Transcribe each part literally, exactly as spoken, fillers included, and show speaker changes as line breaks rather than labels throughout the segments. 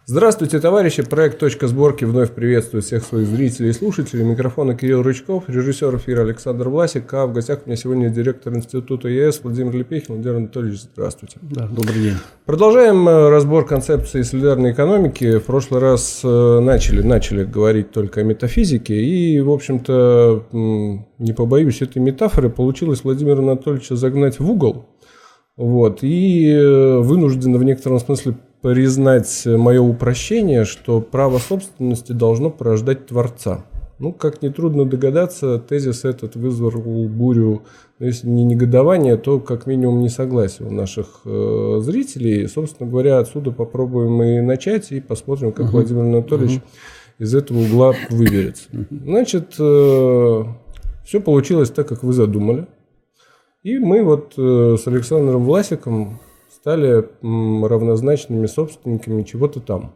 Здравствуйте, товарищи! Проект «Точка сборки» вновь приветствует всех своих зрителей и слушателей. Микрофона Кирилл Рычков, режиссер эфира Александр Власик, а в гостях у меня сегодня директор Института ЕС Владимир Лепехин. Владимир Анатольевич, здравствуйте.
Да, добрый день.
Продолжаем разбор концепции солидарной экономики. В прошлый раз начали, начали говорить только о метафизике, и, в общем-то, не побоюсь этой метафоры, получилось Владимира Анатольевича загнать в угол, вот, и вынужден в некотором смысле признать мое упрощение, что право собственности должно порождать Творца. Ну, как нетрудно догадаться, тезис этот вызвал бурю, если не негодования, то как минимум несогласия у наших э, зрителей. Собственно говоря, отсюда попробуем и начать, и посмотрим, как uh-huh. Владимир Анатольевич uh-huh. из этого угла выберется. Uh-huh. Значит, э, все получилось так, как вы задумали. И мы вот э, с Александром Власиком стали равнозначными собственниками чего-то там.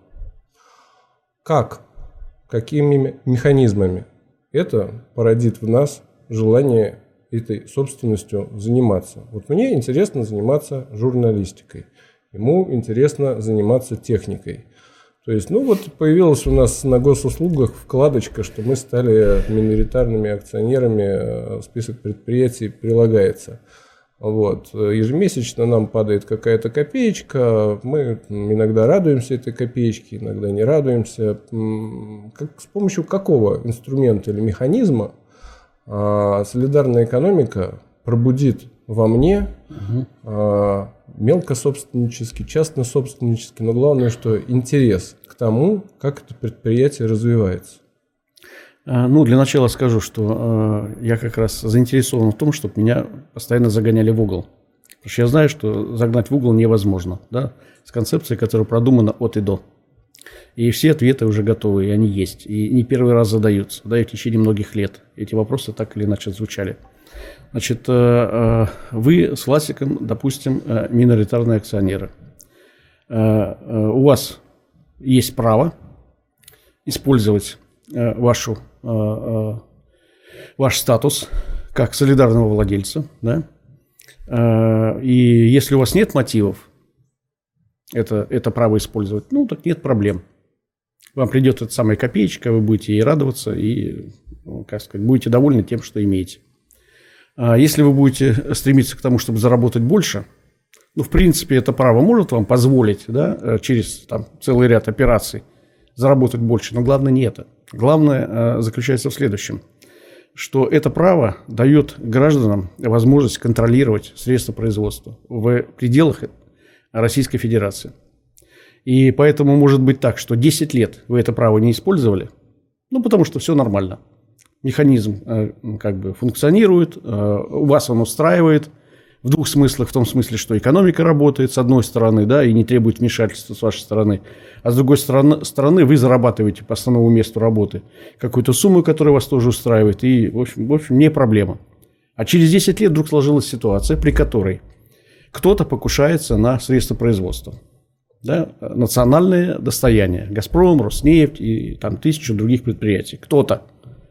Как? Какими механизмами? Это породит в нас желание этой собственностью заниматься. Вот мне интересно заниматься журналистикой. Ему интересно заниматься техникой. То есть, ну вот появилась у нас на госуслугах вкладочка, что мы стали миноритарными акционерами, список предприятий прилагается. Вот. Ежемесячно нам падает какая-то копеечка, мы иногда радуемся этой копеечке, иногда не радуемся. Как, с помощью какого инструмента или механизма а, солидарная экономика пробудит во мне угу. а, мелкособственнический, частнособственнический, но главное, что интерес к тому, как это предприятие развивается?
Ну, для начала скажу, что э, я как раз заинтересован в том, чтобы меня постоянно загоняли в угол. Потому что я знаю, что загнать в угол невозможно, да, с концепцией, которая продумана от и до. И все ответы уже готовы, и они есть. И не первый раз задаются, да, и в течение многих лет. Эти вопросы так или иначе звучали. Значит, э, э, вы с Власиком, допустим, э, миноритарные акционеры. Э, э, у вас есть право использовать э, вашу ваш статус как солидарного владельца, да? И если у вас нет мотивов это, это право использовать, ну, так нет проблем. Вам придет эта самая копеечка, вы будете ей радоваться и, как сказать, будете довольны тем, что имеете. Если вы будете стремиться к тому, чтобы заработать больше, ну, в принципе, это право может вам позволить, да, через там, целый ряд операций заработать больше, но главное не это. Главное э, заключается в следующем, что это право дает гражданам возможность контролировать средства производства в пределах Российской Федерации. И поэтому может быть так, что десять лет вы это право не использовали, ну, потому что все нормально. Механизм э, как бы функционирует, э, у вас он устраивает. В двух смыслах, в том смысле, что экономика работает с одной стороны, да, и не требует вмешательства с вашей стороны, а с другой стороны, стороны вы зарабатываете по основному месту работы какую-то сумму, которая вас тоже устраивает, и, в общем, в общем, не проблема. А через десять лет вдруг сложилась ситуация, при которой кто-то покушается на средства производства, да, национальное достояние, «Газпром», «Роснефть» и там тысячу других предприятий. Кто-то.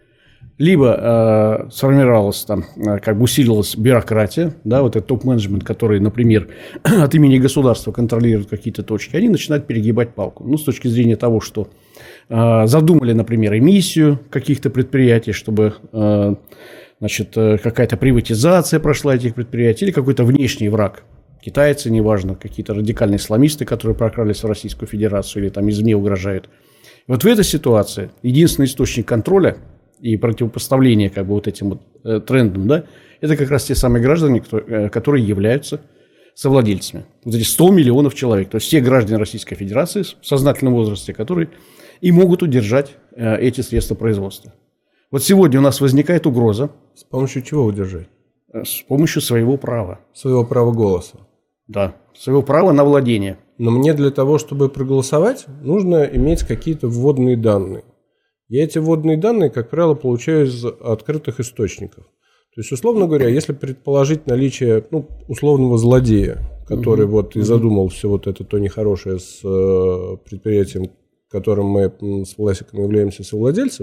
Либо э, сформировалась, там, э, как бы усилилась бюрократия, да, вот этот топ-менеджмент, который, например, от имени государства контролирует какие-то точки, они начинают перегибать палку. Ну, с точки зрения того, что э, задумали, например, эмиссию каких-то предприятий, чтобы э, значит, э, какая-то приватизация прошла этих предприятий, или какой-то внешний враг. Китайцы, неважно, какие-то радикальные исламисты, которые прокрались в Российскую Федерацию или там извне угрожают. Вот в этой ситуации единственный источник контроля и противопоставление как бы вот этим вот э, трендам, да, это как раз те самые граждане, кто, э, которые являются совладельцами. Вот эти сто миллионов человек, то есть все граждане Российской Федерации в сознательном возрасте, которые и могут удержать э, эти средства производства. Вот сегодня у нас возникает угроза.
С помощью чего удержать?
Э, с помощью своего права.
Своего права голоса.
Да, своего права на владение.
Но мне для того, чтобы проголосовать, нужно иметь какие-то вводные данные. Я эти вводные данные, как правило, получаю из открытых источников. То есть, условно говоря, если предположить наличие, ну, условного злодея, который угу. вот и задумал все вот это то нехорошее с э, предприятием, которым мы с Власиком являемся совладельцем,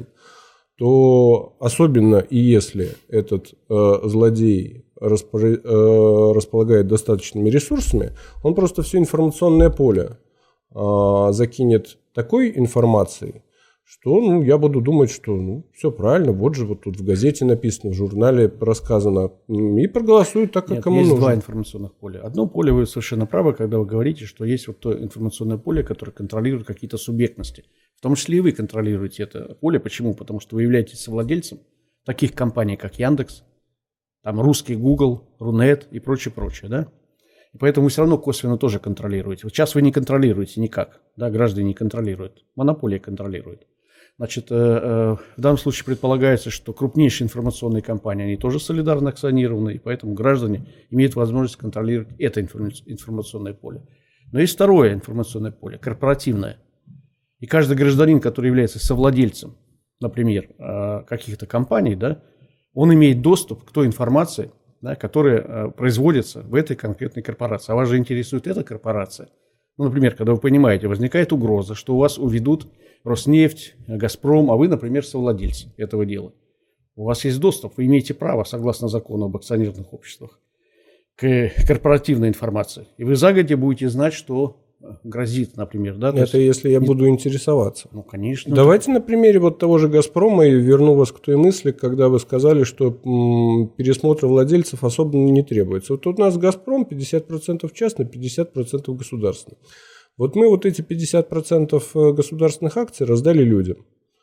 то особенно и если этот э, злодей распоря... э, располагает достаточными ресурсами, он просто все информационное поле э, закинет такой информацией, что ну, я буду думать, что ну, все правильно, вот же вот тут в газете написано, в журнале рассказано, и проголосуют так, как
Нет,
кому
есть
нужно.
Два информационных поля. Одно поле, вы совершенно правы, когда вы говорите, что есть вот то информационное поле, которое контролирует какие-то субъектности. В том числе и вы контролируете это поле. Почему? Потому что вы являетесь совладельцем таких компаний, как Яндекс, там русский Google, Рунет и прочее, прочее, да? И поэтому вы все равно косвенно тоже контролируете. Вот сейчас вы не контролируете никак, да, граждане не контролируют, монополия контролирует. Значит, в данном случае предполагается, что крупнейшие информационные компании, они тоже солидарно акционированы, и поэтому граждане имеют возможность контролировать это информационное поле. Но есть второе информационное поле, корпоративное. И каждый гражданин, который является совладельцем, например, каких-то компаний, да, он имеет доступ к той информации, да, которая производится в этой конкретной корпорации. А вас же интересует эта корпорация. Ну, например, когда вы понимаете, возникает угроза, что у вас уведут Роснефть, Газпром, а вы, например, совладельцы этого дела. У вас есть доступ, вы имеете право, согласно закону об акционерных обществах, к корпоративной информации. И вы загодя будете знать, что грозит, например. Да?
Это
есть,
если я буду интересоваться.
Ну, конечно.
Давайте на примере вот того же «Газпрома» и верну вас к той мысли, когда вы сказали, что м, пересмотра владельцев особо не требуется. Вот у нас «Газпром» пятьдесят процентов частный, пятьдесят процентов государственный. Вот мы вот эти пятьдесят процентов государственных акций раздали людям,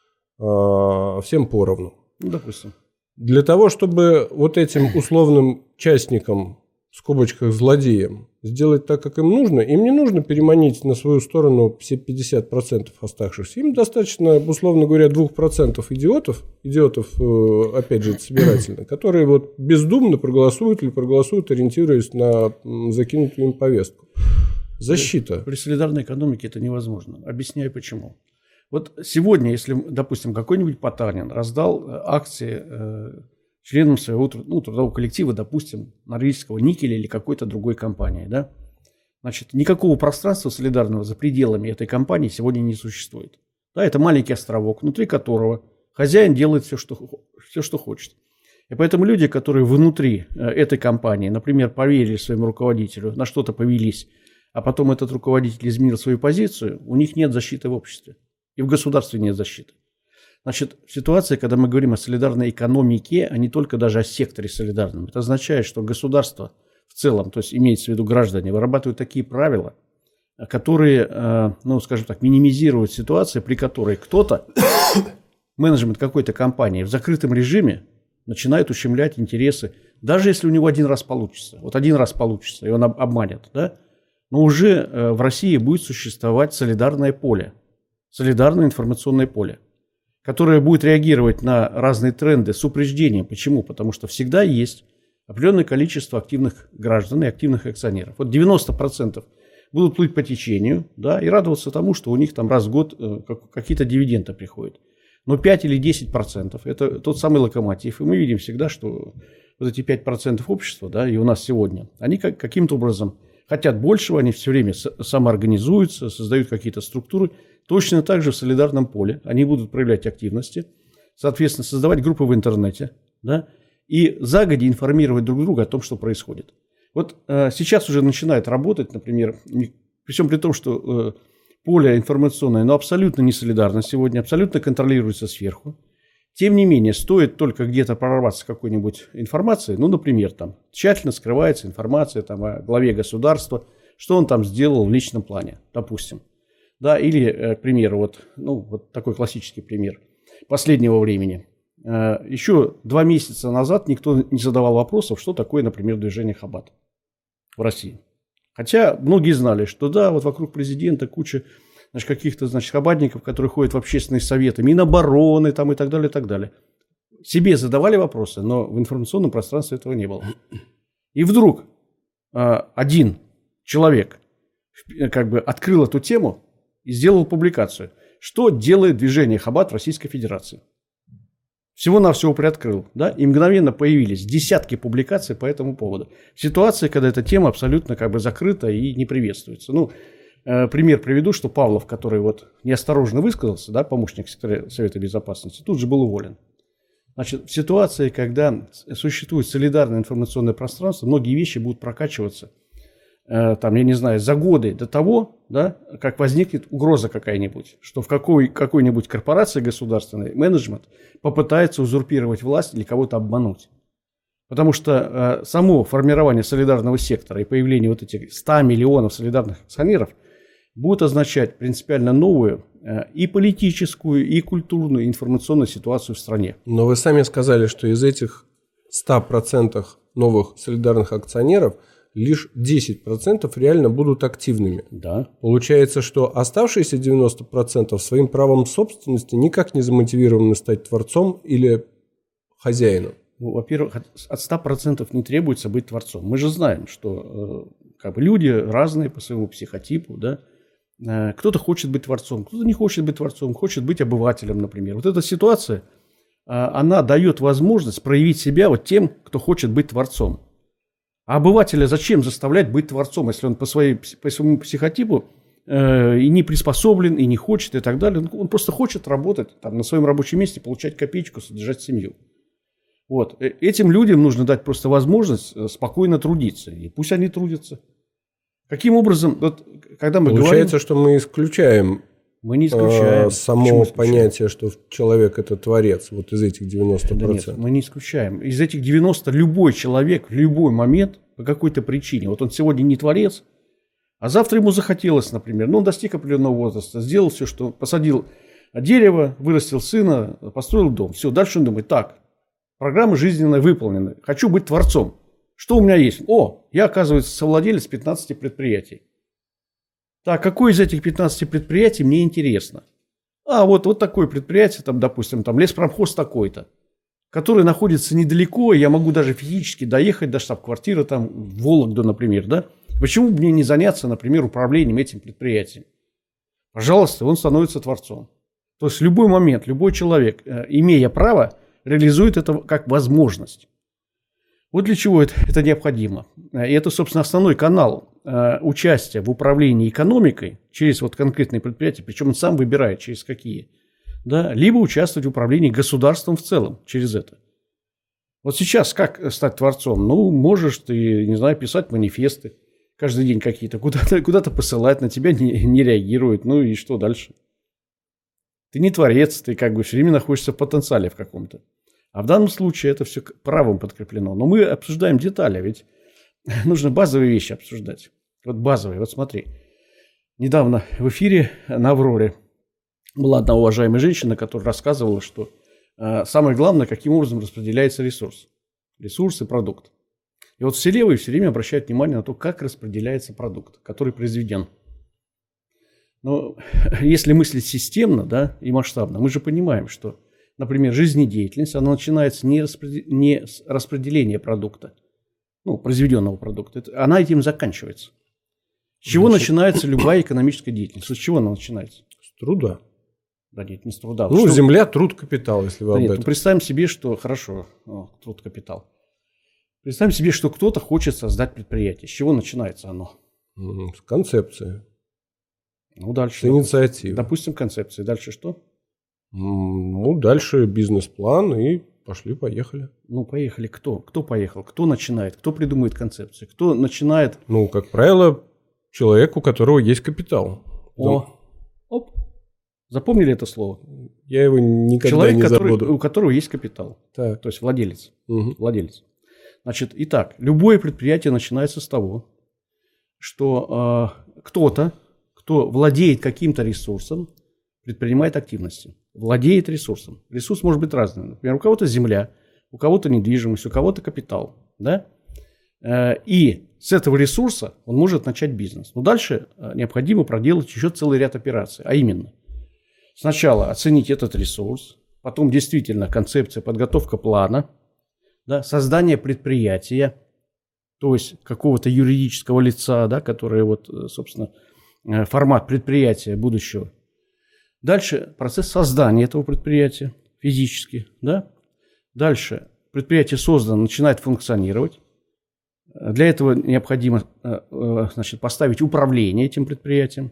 всем поровну.
Ну, допустим.
Для того, чтобы вот этим условным частникам, в скобочках злодеям, сделать так, как им нужно, им не нужно переманить на свою сторону все пятьдесят процентов оставшихся. Им достаточно, условно говоря, двух процентов идиотов, идиотов, опять же, собирательно, которые вот бездумно проголосуют или проголосуют, ориентируясь на закинутую им повестку. Защита.
При солидарной экономике это невозможно. Объясняю почему. Вот сегодня, если, допустим, какой-нибудь Потанин раздал акции э, членам своего ну, трудового коллектива, допустим, норвежского никеля или какой-то другой компании, да, значит, никакого пространства солидарного за пределами этой компании сегодня не существует. Да, это маленький островок, внутри которого хозяин делает все, что, все, что хочет. И поэтому люди, которые внутри этой компании, например, поверили своему руководителю, на что-то повелись, а потом этот руководитель изменил свою позицию, у них нет защиты в обществе. И в государстве нет защиты. Значит, в ситуации, когда мы говорим о солидарной экономике, а не только даже о секторе солидарном, это означает, что государство в целом, то есть имеется в виду граждане, вырабатывают такие правила, которые, ну, скажем так, минимизируют ситуацию, при которой кто-то, менеджмент какой-то компании в закрытом режиме начинает ущемлять интересы, даже если у него один раз получится. Вот один раз получится, и он обманет, да? Но уже в России будет существовать солидарное поле, солидарное информационное поле, которое будет реагировать на разные тренды с упреждением. Почему? Потому что всегда есть определенное количество активных граждан и активных акционеров. Вот девяносто процентов будут плыть по течению, да, и радоваться тому, что у них там раз в год какие-то дивиденды приходят. Но пять или десять процентов – это тот самый локомотив. И мы видим всегда, что вот эти пять процентов общества, да, и у нас сегодня, они как, каким-то образом хотят большего, они все время самоорганизуются, создают какие-то структуры. Точно так же в солидарном поле они будут проявлять активности, соответственно, создавать группы в интернете, да, и загодя информировать друг друга о том, что происходит. Вот э, сейчас уже начинает работать, например, при всем при том, что э, поле информационное, но абсолютно не солидарно сегодня, абсолютно контролируется сверху. Тем не менее, стоит только где-то прорваться какой-нибудь информации, ну, например, там тщательно скрывается информация там, о главе государства, что он там сделал в личном плане, допустим. Да, или, к примеру, вот, ну, вот такой классический пример последнего времени. Еще два месяца назад никто не задавал вопросов, что такое, например, движение Хаббат в России. Хотя многие знали, что да, вот вокруг президента куча, значит, каких-то, значит, хаббатников, которые ходят в общественные советы, Минобороны там, и так далее, и так далее. Себе задавали вопросы, но в информационном пространстве этого не было. И вдруг один человек как бы открыл эту тему и сделал публикацию. Что делает движение Хаббат в Российской Федерации? Всего-навсего приоткрыл, да, и мгновенно появились десятки публикаций по этому поводу. В ситуации, когда эта тема абсолютно как бы закрыта и не приветствуется. Ну, э, пример приведу, что Павлов, который вот неосторожно высказался, да, помощник секретаря Совета Безопасности, тут же был уволен. Значит, в ситуации, когда существует солидарное информационное пространство, многие вещи будут прокачиваться там, я не знаю, за годы до того, да, как возникнет угроза какая-нибудь, что в какой, какой-нибудь корпорации государственной менеджмент попытается узурпировать власть или кого-то обмануть. Потому что э, само формирование солидарного сектора и появление вот этих ста миллионов солидарных акционеров будет означать принципиально новую э, и политическую, и культурную, и информационную ситуацию в стране.
Но вы сами сказали, что из этих ста процентов новых солидарных акционеров лишь десять процентов реально будут активными.
Да.
Получается, что оставшиеся девяносто процентов своим правом собственности никак не замотивированы стать творцом или хозяином.
Ну, во-первых, от ста процентов не требуется быть творцом. Мы же знаем, что э, как бы люди разные по своему психотипу. Да? Э, кто-то хочет быть творцом, кто-то не хочет быть творцом, хочет быть обывателем, например. Вот эта ситуация, э, она дает возможность проявить себя вот тем, кто хочет быть творцом. А обывателя зачем заставлять быть творцом, если он по, своей, по своему психотипу э, и не приспособлен, и не хочет, и так далее. Он просто хочет работать там, на своем рабочем месте, получать копеечку, содержать семью. Вот. Этим людям нужно дать просто возможность спокойно трудиться. И пусть они трудятся. Каким образом, вот, когда мы
Получается,
говорим,
что мы исключаем,
мы не исключаем.
э, само понятие, что человек – это творец, вот из этих девяноста процентов.
Да нет, мы не исключаем. Из этих девяноста любой человек в любой момент по какой-то причине, вот он сегодня не творец, а завтра ему захотелось, например, ну, он достиг определенного возраста, сделал все, что посадил дерево, вырастил сына, построил дом. Все, дальше он думает, так, программа жизненная выполнена, хочу быть творцом. Что у меня есть? О, я, оказывается, совладелец пятнадцати предприятий. Так, какое из этих пятнадцати предприятий мне интересно? А, вот, вот такое предприятие, там, допустим, там леспромхоз такой-то, который находится недалеко, я могу даже физически доехать до штаб-квартиры, там, в Вологду, например, да? Почему бы мне не заняться, например, управлением этим предприятием? Пожалуйста, он становится творцом. То есть в любой момент, любой человек, имея право, реализует это как возможность. Вот для чего это, это необходимо. И это, собственно, основной канал э, участия в управлении экономикой через вот конкретные предприятия, причем он сам выбирает, через какие. Да? Либо участвовать в управлении государством в целом через это. Вот сейчас как стать творцом? Ну, можешь ты, не знаю, писать манифесты каждый день какие-то, куда-то, куда-то посылать, на тебя не, не реагируют. Ну и что дальше? Ты не творец, ты как бы все время находишься в потенциале в каком-то. А в данном случае это все правом подкреплено. Но мы обсуждаем детали, ведь нужно базовые вещи обсуждать. Вот базовые, вот смотри. Недавно в эфире на «Авроре» была одна уважаемая женщина, которая рассказывала, что э, самое главное, каким образом распределяется ресурс. Ресурс и продукт. И вот все левые все время обращают внимание на то, как распределяется продукт, который произведен. Но если мыслить системно, да, и масштабно, мы же понимаем, что, например, жизнедеятельность, она начинается не, распред... не с распределения продукта, ну, произведенного продукта, это... она этим заканчивается. С чего Значит... начинается любая экономическая деятельность? С чего она начинается?
С труда.
Да нет, не с труда.
Ну,
что...
земля, труд, капитал, если вы
да
об
нет,
этом.
Ну, представим себе, что, хорошо, О, труд, капитал. Представим себе, что кто-то хочет создать предприятие. С чего начинается оно?
С концепции.
Ну, дальше.
С инициативы.
Допустим, концепции. Дальше что?
Ну, дальше бизнес-план и пошли-поехали.
Ну, поехали. Кто? Кто поехал? Кто начинает? Кто придумывает концепции? Кто начинает?
Ну, как правило, человек, у которого есть капитал.
О, оп. Запомнили это слово?
Я его никогда
Человек,
не
который,
забуду.
у которого есть капитал.
Так.
То есть владелец.
Угу.
Владелец. Значит, итак, любое предприятие начинается с того, что э, кто-то, кто владеет каким-то ресурсом, предпринимает активности. Владеет ресурсом. Ресурс может быть разный. Например, у кого-то земля, у кого-то недвижимость, у кого-то капитал. Да? Э, и с этого ресурса он может начать бизнес. Но дальше э, необходимо проделать еще целый ряд операций. А именно, сначала оценить этот ресурс, потом действительно концепция, подготовка плана, да, создание предприятия, то есть какого-то юридического лица, да, которое, вот, собственно, формат предприятия будущего. Дальше процесс создания этого предприятия физически. Да. Дальше предприятие создано, начинает функционировать. Для этого необходимо, значит, поставить управление этим предприятием,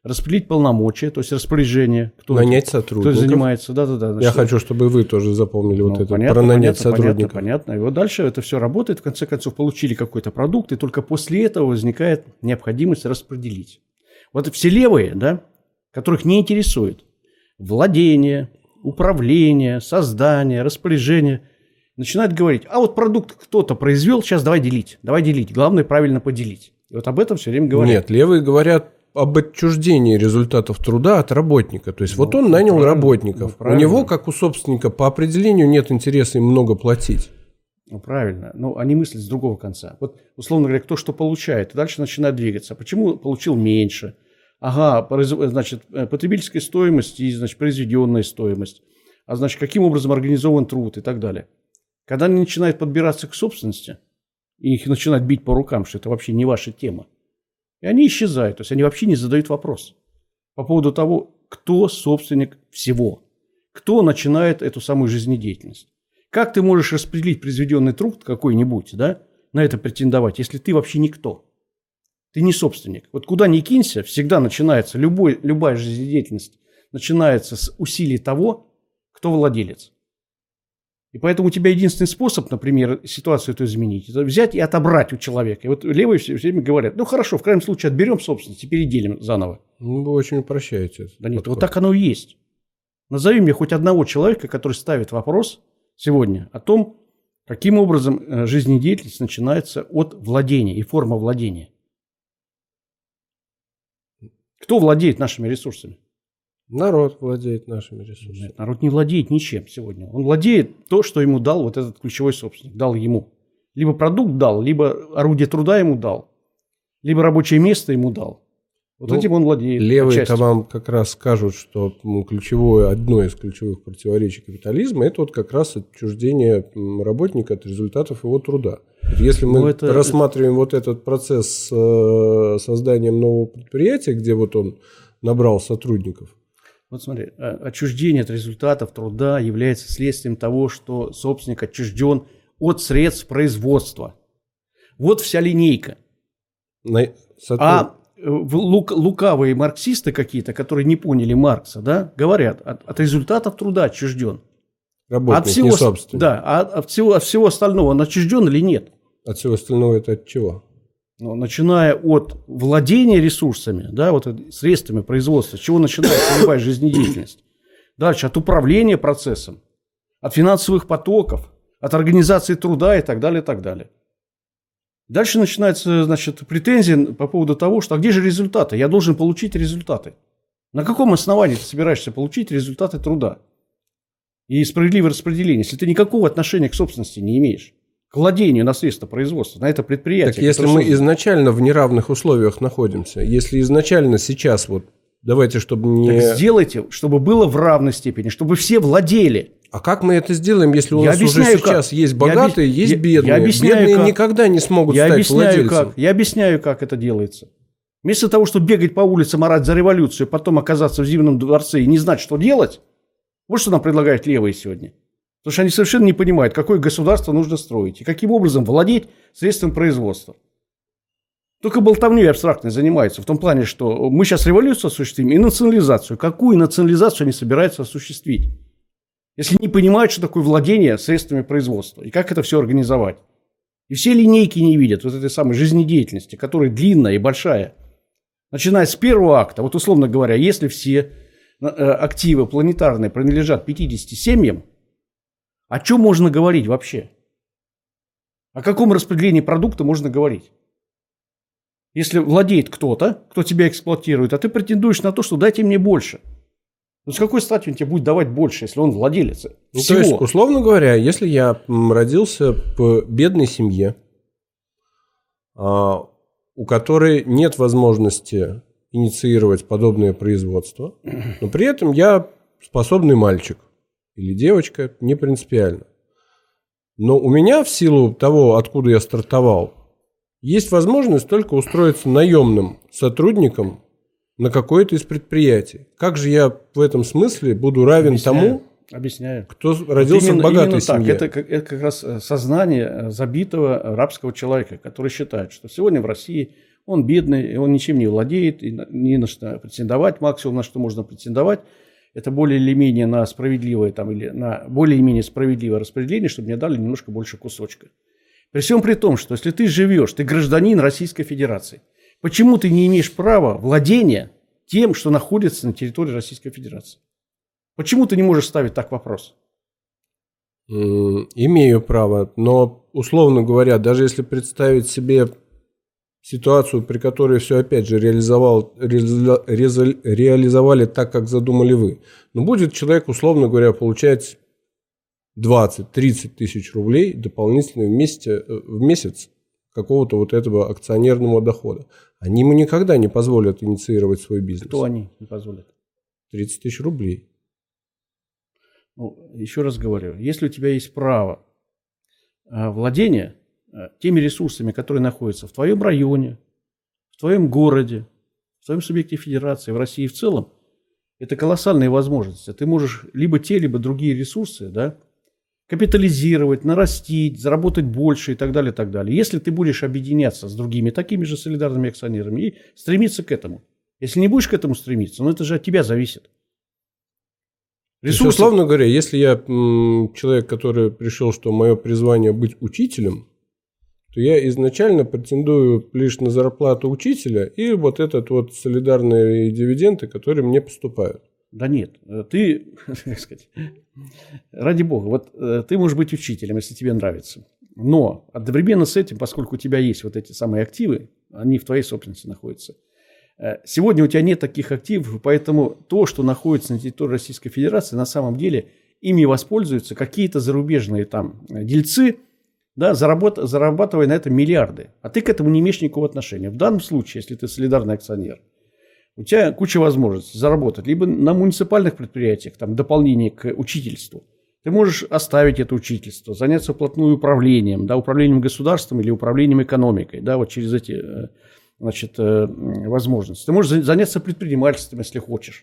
распределить полномочия, то есть распоряжение. Кто
нанять
это,
сотрудников.
Кто занимается, да-да-да.
Я хочу, чтобы вы тоже запомнили ну, вот это,
понятно,
про нанять
понятно,
сотрудников.
Понятно, понятно. И вот дальше это все работает, в конце концов получили какой-то продукт, и только после этого возникает необходимость распределить. Вот все левые, да, которых не интересует владение, управление, создание, распоряжение, начинают говорить, а вот продукт кто-то произвел, сейчас давай делить, давай делить, главное правильно поделить. И вот об этом все время говорят.
Нет, левые говорят об отчуждении результатов труда от работника. То есть, ну, вот он нанял
правильно,
работников.
Ну,
у него, как у собственника, по определению нет интереса им много платить.
Ну, правильно. Но они мыслят с другого конца. Вот, условно говоря, кто что получает, и дальше начинает двигаться. Почему получил меньше? Ага, значит, потребительская стоимость и, значит, произведенная стоимость. А значит, каким образом организован труд и так далее. Когда они начинают подбираться к собственности, и их начинают бить по рукам, что это вообще не ваша тема, и они исчезают. То есть, они вообще не задают вопрос по поводу того, кто собственник всего, кто начинает эту самую жизнедеятельность. Как ты можешь распределить произведенный труд какой-нибудь, да, на это претендовать, если ты вообще никто? Ты не собственник. Вот куда ни кинься, всегда начинается, любой, любая жизнедеятельность начинается с усилий того, кто владелец. И поэтому у тебя единственный способ, например, ситуацию эту изменить, это взять и отобрать у человека. И вот левые все время говорят, ну хорошо, в крайнем случае отберем собственность и переделим заново.
Ну, вы очень упрощаете.
Да нет, подход. Вот так оно и есть. Назови мне хоть одного человека, который ставит вопрос сегодня о том, каким образом жизнедеятельность начинается от владения и форма владения. Кто владеет нашими ресурсами?
Народ владеет нашими ресурсами.
Нет, народ не владеет ничем сегодня. Он владеет то, что ему дал вот этот ключевой собственник. Дал ему. Либо продукт дал, либо орудие труда ему дал, либо рабочее место ему дал. Вот ну, этим он владеет.
Левые-то вам как раз скажут, что ключевое, одно из ключевых противоречий капитализма – это вот как раз отчуждение работника от результатов его труда. Если мы ну, это, рассматриваем это... вот этот процесс с созданием нового предприятия, где вот он набрал сотрудников.
Вот смотри, отчуждение от результатов труда является следствием того, что собственник отчужден от средств производства. Вот вся линейка. На... А лук, лукавые марксисты какие-то, которые не поняли Маркса, да, говорят, от, от результатов труда отчужден.
Работник,
от всего,
не собственник.
Да, а от всего, от всего остального он отчужден или нет?
От всего остального это от чего?
Ну, начиная от владения ресурсами, да, вот средствами производства, с чего начинается любая жизнедеятельность. Дальше от управления процессом, от финансовых потоков, от организации труда и так далее, и так далее. Дальше начинается, значит, претензии по поводу того, что а где же результаты? Я должен получить результаты. На каком основании ты собираешься получить результаты труда и справедливое распределение, если ты никакого отношения к собственности не имеешь? К владению на средства производства, на это предприятие.
Так если мы изначально в неравных условиях находимся, если изначально сейчас вот, давайте, чтобы не...
Так сделайте, чтобы было в равной степени, чтобы все владели.
А как мы это сделаем, если у
я
нас уже сейчас как. есть богатые, я, есть бедные?
Я объясняю,
бедные
как.
никогда не смогут
я
стать
объясняю,
владельцем.
Как. Я объясняю, как это делается. Вместо того, чтобы бегать по улицам, орать за революцию, потом оказаться в Зимнем дворце и не знать, что делать, вот что нам предлагают левые сегодня. Потому что они совершенно не понимают, какое государство нужно строить и каким образом владеть средством производства. Только болтовней абстрактной занимаются в том плане, что мы сейчас революцию осуществим и национализацию. Какую национализацию они собираются осуществить? Если не понимают, что такое владение средствами производства и как это все организовать. И все линейки не видят вот этой самой жизнедеятельности, которая длинная и большая. Начиная с первого акта, вот условно говоря, если все активы планетарные принадлежат пятидесяти семьям, о чем можно говорить вообще? О каком распределении продукта можно говорить? Если владеет кто-то, кто тебя эксплуатирует, а ты претендуешь на то, что дайте мне больше. Ну, с какой стати он тебе будет давать больше, если он владелец
ну,
всего?
То есть, условно говоря, если я родился в бедной семье, у которой нет возможности инициировать подобное производство, но при этом я способный мальчик или девочка, не принципиально. Но у меня в силу того, откуда я стартовал, есть возможность только устроиться наемным сотрудником на какое-то из предприятий. Как же я в этом смысле буду равен
Объясняю.
тому,
Объясняю.
кто родился именно, в богатой
именно
семье?
Так. Это, это как раз сознание забитого рабского человека, который считает, что сегодня в России Он бедный, он ничем не владеет, и не на что претендовать. Максимум, на что можно претендовать, это более или менее на справедливое, там, или на более или менее справедливое распределение, чтобы мне дали немножко больше кусочка. При всем при том, что если ты живешь, ты гражданин Российской Федерации, почему ты не имеешь права владения тем, что находится на территории Российской Федерации? Почему ты не можешь ставить так вопрос?
Имею право, но, условно говоря, даже если представить себе ситуацию, при которой все опять же реализовал, реализа, реализовали так, как задумали вы, но будет человек, условно говоря, получать двадцать-тридцать тысяч рублей дополнительно в месяц, в месяц какого-то вот этого акционерного дохода. Они ему никогда не позволят инициировать свой бизнес.
Кто они не позволят?
тридцать тысяч рублей.
Ну, еще раз говорю, если у тебя есть право владения теми ресурсами, которые находятся в твоем районе, в твоем городе, в твоем субъекте федерации, в России в целом, это колоссальные возможности. Ты можешь либо те, либо другие ресурсы, да, капитализировать, нарастить, заработать больше и так далее, и так далее. Если ты будешь объединяться с другими такими же солидарными акционерами и стремиться к этому. Если не будешь к этому стремиться, ну это же от тебя зависит.
Ресурсы... То есть, условно говоря, если я м, человек, который пришел, что мое призвание быть учителем, то я изначально претендую лишь на зарплату учителя и вот этот вот солидарные дивиденды, которые мне поступают.
Да нет, ты, как сказать, ради бога, вот ты можешь быть учителем, если тебе нравится. Но одновременно с этим, поскольку у тебя есть вот эти самые активы, они в твоей собственности находятся. Сегодня у тебя нет таких активов, поэтому то, что находится на территории Российской Федерации, на самом деле ими воспользуются какие-то зарубежные там дельцы, да, заработ, зарабатывая на этом миллиарды. А ты к этому не имеешь никакого отношения. В данном случае, если ты солидарный акционер, у тебя куча возможностей заработать либо на муниципальных предприятиях, там, дополнение к учительству. Ты можешь оставить это учительство, заняться вплотную управлением, да, управлением государством или управлением экономикой, да, вот через эти, значит, возможности. Ты можешь заняться предпринимательством, если хочешь.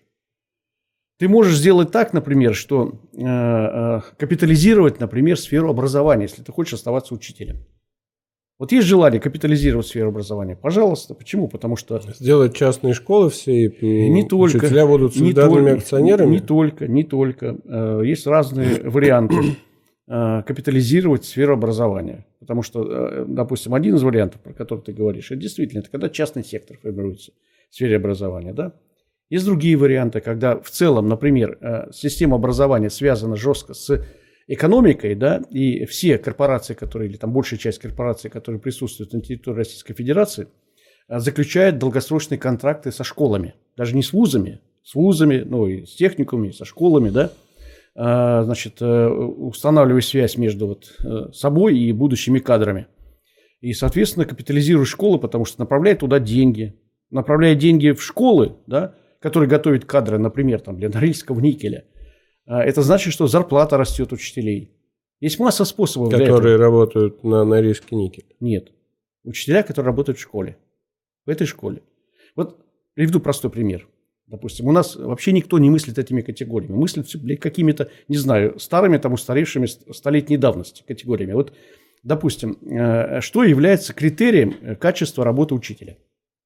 Ты можешь сделать так, например, что э, э, капитализировать, например, сферу образования, если ты хочешь оставаться учителем. Вот есть желание капитализировать сферу образования? Пожалуйста. Почему? Потому что...
Сделать частные школы все, и
не только,
учителя будут солидарными
не
акционерами?
Не только, не только. Э, есть разные варианты э, капитализировать сферу образования. Потому что, э, допустим, один из вариантов, про который ты говоришь, это действительно, это когда частный сектор формируется в сфере образования, да? Есть другие варианты, когда в целом, например, система образования связана жестко с экономикой, да, и все корпорации, которые, или там большая часть корпораций, которые присутствуют на территории Российской Федерации, заключают долгосрочные контракты со школами. Даже не с вузами, с вузами, ну и с техникумами, со школами, да, значит, устанавливая связь между вот собой и будущими кадрами. И, соответственно, капитализирует школы, потому что направляет туда деньги. Направляя деньги в школы, да, которые готовят кадры, например, там, для Норильского никеля, это значит, что зарплата растет учителей. Есть масса способов для этого.
Которые работают на Норильский никель?
Нет. Учителя, которые работают в школе. В этой школе. Вот приведу простой пример. Допустим, у нас вообще никто не мыслит этими категориями. Мыслит какими-то, не знаю, старыми, там, устаревшими столетней давности категориями. Вот, допустим, что является критерием качества работы учителя?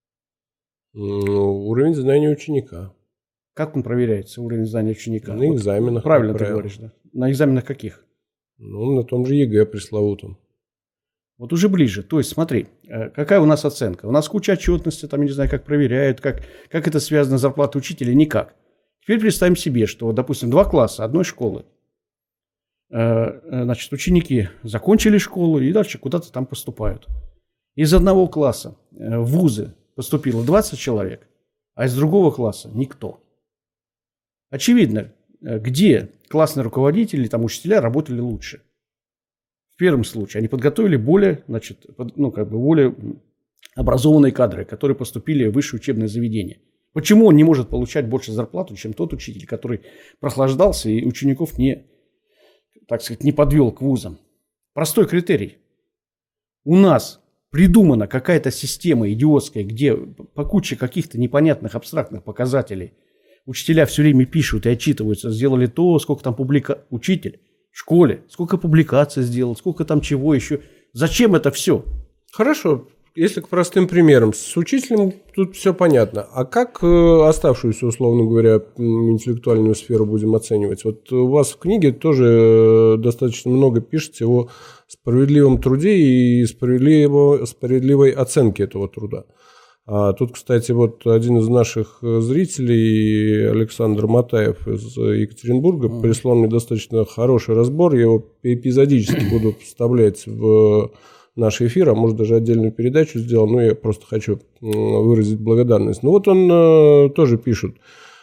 Ну, уровень знания ученика.
Как он проверяется, уровень знания ученика?
На экзаменах.
Правильно ты говоришь, да? На экзаменах каких?
Ну, на том же ЕГЭ пресловутом.
Вот уже ближе. То есть, смотри, какая у нас оценка? У нас куча отчетности, там, я не знаю, как проверяют, как, как это связано с зарплатой учителя, никак. Теперь представим себе, что, допустим, два класса одной школы. Значит, ученики закончили школу и дальше куда-то там поступают. Из одного класса в вузы поступило двадцать человек, а из другого класса никто. Очевидно, где классные руководители, там учителя работали лучше. В первом случае они подготовили более, значит, ну, как бы более образованные кадры, которые поступили в высшее учебное заведение. Почему он не может получать больше зарплату, чем тот учитель, который прохлаждался и учеников не, так сказать, не подвел к вузам? Простой критерий. У нас придумана какая-то система идиотская, где по куче каких-то непонятных абстрактных показателей учителя все время пишут и отчитываются, сделали то, сколько там публика... Учитель в школе, сколько публикаций сделал, сколько там чего еще. Зачем это все?
Хорошо. если к простым примерам, с учителем тут все понятно. А как оставшуюся, условно говоря, интеллектуальную сферу будем оценивать? Вот у вас в книге тоже достаточно много пишете о справедливом труде и справедливо, справедливой оценке этого труда. А тут, кстати, вот один из наших зрителей, Александр Матаев из Екатеринбурга, mm. прислал мне достаточно хороший разбор. Я его эпизодически буду вставлять в наш эфир, а может даже отдельную передачу сделал, но я просто хочу выразить благодарность. Ну вот он тоже пишет,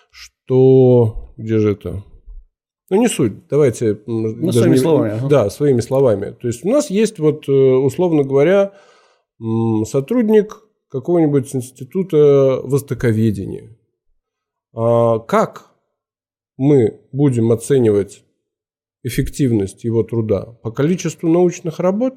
что... Где же это? Ну не суть, давайте...
Ну, своими не... словами. Ага.
Да, своими словами. То есть у нас есть вот, условно говоря, сотрудник какого-нибудь института востоковедения. А как мы будем оценивать эффективность его труда? По количеству научных работ?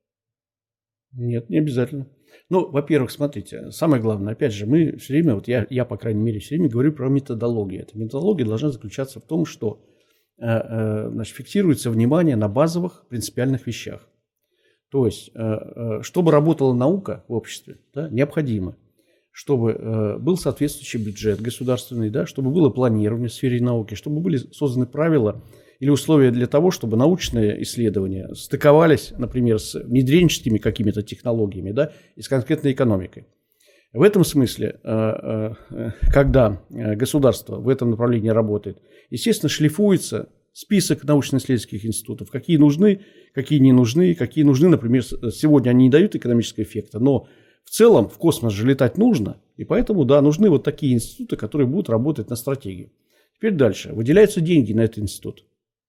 Нет, не обязательно. Ну, во-первых, смотрите, самое главное, опять же, мы все время, вот я, я, по крайней мере, все время говорю про методологию. Эта методология должна заключаться в том, что э, э, значит, фиксируется внимание на базовых принципиальных вещах. То есть, э, э, чтобы работала наука в обществе, да, необходимо, чтобы э, был соответствующий бюджет государственный, да, чтобы было планирование в сфере науки, чтобы были созданы правила или условия для того, чтобы научные исследования стыковались, например, с внедренческими какими-то технологиями, да, и с конкретной экономикой. В этом смысле, когда государство в этом направлении работает, естественно, шлифуется список научно-исследовательских институтов, какие нужны, какие не нужны, какие нужны, например, сегодня они не дают экономического эффекта, но в целом в космос же летать нужно, и поэтому, да, нужны вот такие институты, которые будут работать на стратегию. Теперь дальше. Выделяются деньги на этот институт.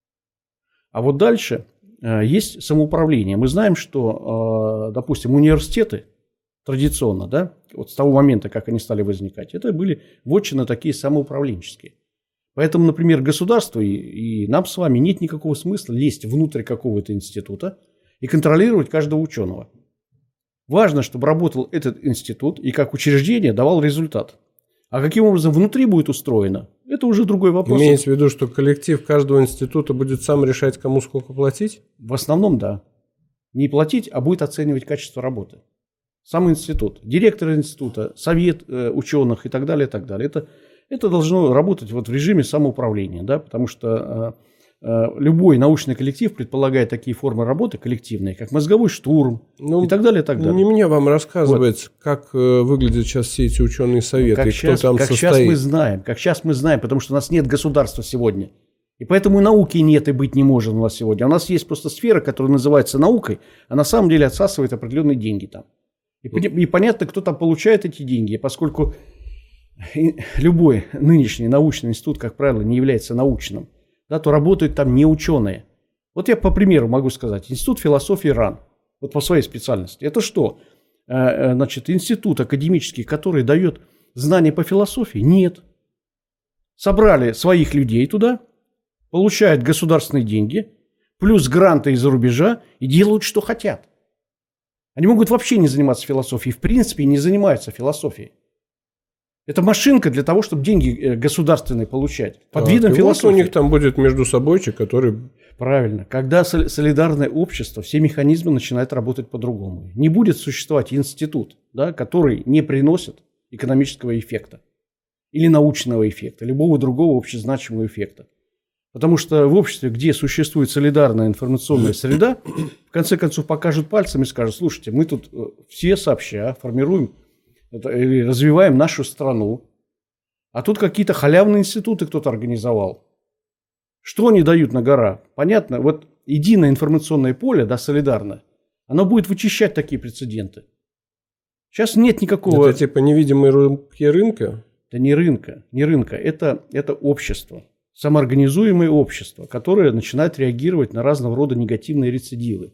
А вот дальше э, есть самоуправление. Мы знаем, что, э, допустим, университеты традиционно, да, вот с того момента, как они стали возникать, это были вотчины такие самоуправленческие. Поэтому, например, государству и, и нам с вами нет никакого смысла лезть внутрь какого-то института и контролировать каждого ученого. Важно, чтобы работал этот институт и как учреждение давал результат. А каким образом внутри будет устроено, это уже другой вопрос.
Имеется в виду, что коллектив каждого института будет сам решать, кому сколько платить?
В основном, да. Не платить, а будет оценивать качество работы. Сам институт, директор института, совет э, ученых и так далее, и так далее. Это, это должно работать вот в режиме самоуправления, да, потому что э, э, любой научный коллектив предполагает такие формы работы коллективные, как мозговой штурм, ну, и так далее, и так далее.
Не мне вам рассказывать, вот. Как э, выглядят сейчас все эти ученые советы, как и
сейчас,
кто там
как
состоит.
Сейчас мы знаем, как сейчас мы знаем, потому что у нас нет государства сегодня. И поэтому и науки нет и быть не может у нас сегодня. У нас есть просто сфера, которая называется наукой, а на самом деле отсасывает определенные деньги там. И, и понятно, кто там получает эти деньги, поскольку любой нынешний научный институт, как правило, не является научным, да, то работают там не ученые. Вот я по примеру могу сказать. Институт философии РАН, вот по своей специальности. Это что? Значит, институт академический, который дает знания по философии? Нет. Собрали своих людей туда, получают государственные деньги, плюс гранты из-за рубежа и делают, что хотят. Они могут вообще не заниматься философией, в принципе не занимаются философией. Это машинка для того, чтобы деньги государственные получать. Под
а,
видом философии.
Вот у них там будет между собойчик, который...
Правильно. Когда солидарное общество, все механизмы начинают работать по-другому. Не будет существовать институт, да, который не приносит экономического эффекта. Или научного эффекта, любого другого общезначимого эффекта. Потому что в обществе, где существует солидарная информационная среда, в конце концов покажут пальцем и скажут: слушайте, мы тут все сообща формируем или развиваем нашу страну, а тут какие-то халявные институты кто-то организовал. Что они дают на гора? Понятно, вот единое информационное поле, да, солидарное, оно будет вычищать такие прецеденты. Сейчас нет никакого...
Это типа невидимые руки рынка?
Это не рынка, не рынка, это, это общество. Самоорганизуемое общество, которое начинает реагировать на разного рода негативные рецидивы.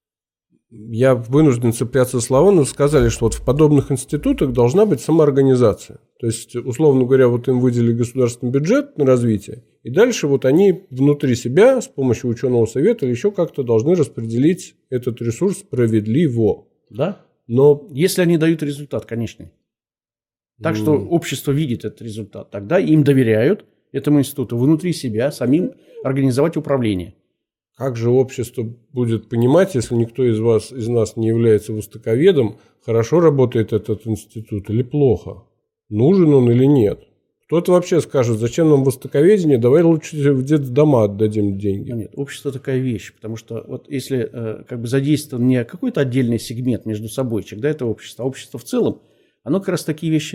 Я вынужден цепляться за слова, но сказали, что вот в подобных институтах должна быть самоорганизация. То есть, условно говоря, вот им выделили государственный бюджет на развитие, и дальше вот они внутри себя с помощью ученого совета или еще как-то должны распределить этот ресурс справедливо.
Да?
Но
если они дают результат, конечно. Так что общество видит этот результат, тогда им доверяют, этому институту, внутри себя самим организовать управление.
Как же общество будет понимать, если никто из вас, из нас не является востоковедом, хорошо работает этот институт или плохо? Нужен он или нет? Кто-то вообще скажет, зачем нам востоковедение, давай лучше в детдома отдадим деньги.
Нет, общество такая вещь, потому что вот если э, как бы задействован не какой-то отдельный сегмент между собойчик, да, это общество, а общество в целом, оно как раз такие вещи,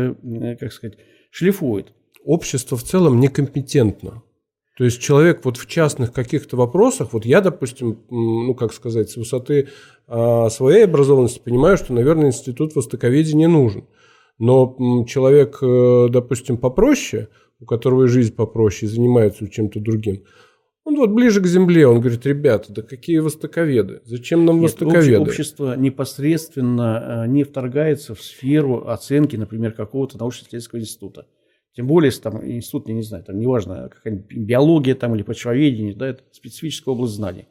э, как сказать, шлифует.
Общество в целом некомпетентно. То есть человек вот в частных каких-то вопросах, вот я, допустим, ну, как сказать, с высоты а, своей образованности понимаю, что, наверное, институт востоковедения нужен. Но человек, допустим, попроще, у которого жизнь попроще, занимается чем-то другим, он вот ближе к земле, он говорит, ребята, да какие востоковеды, зачем нам Нет, востоковеды?
Общество непосредственно не вторгается в сферу оценки, например, какого-то научно-исследовательского института. Тем более, если там институт, я не знаю, там неважно, какая-нибудь биология там, или почвоведение, да, это специфическая область знаний.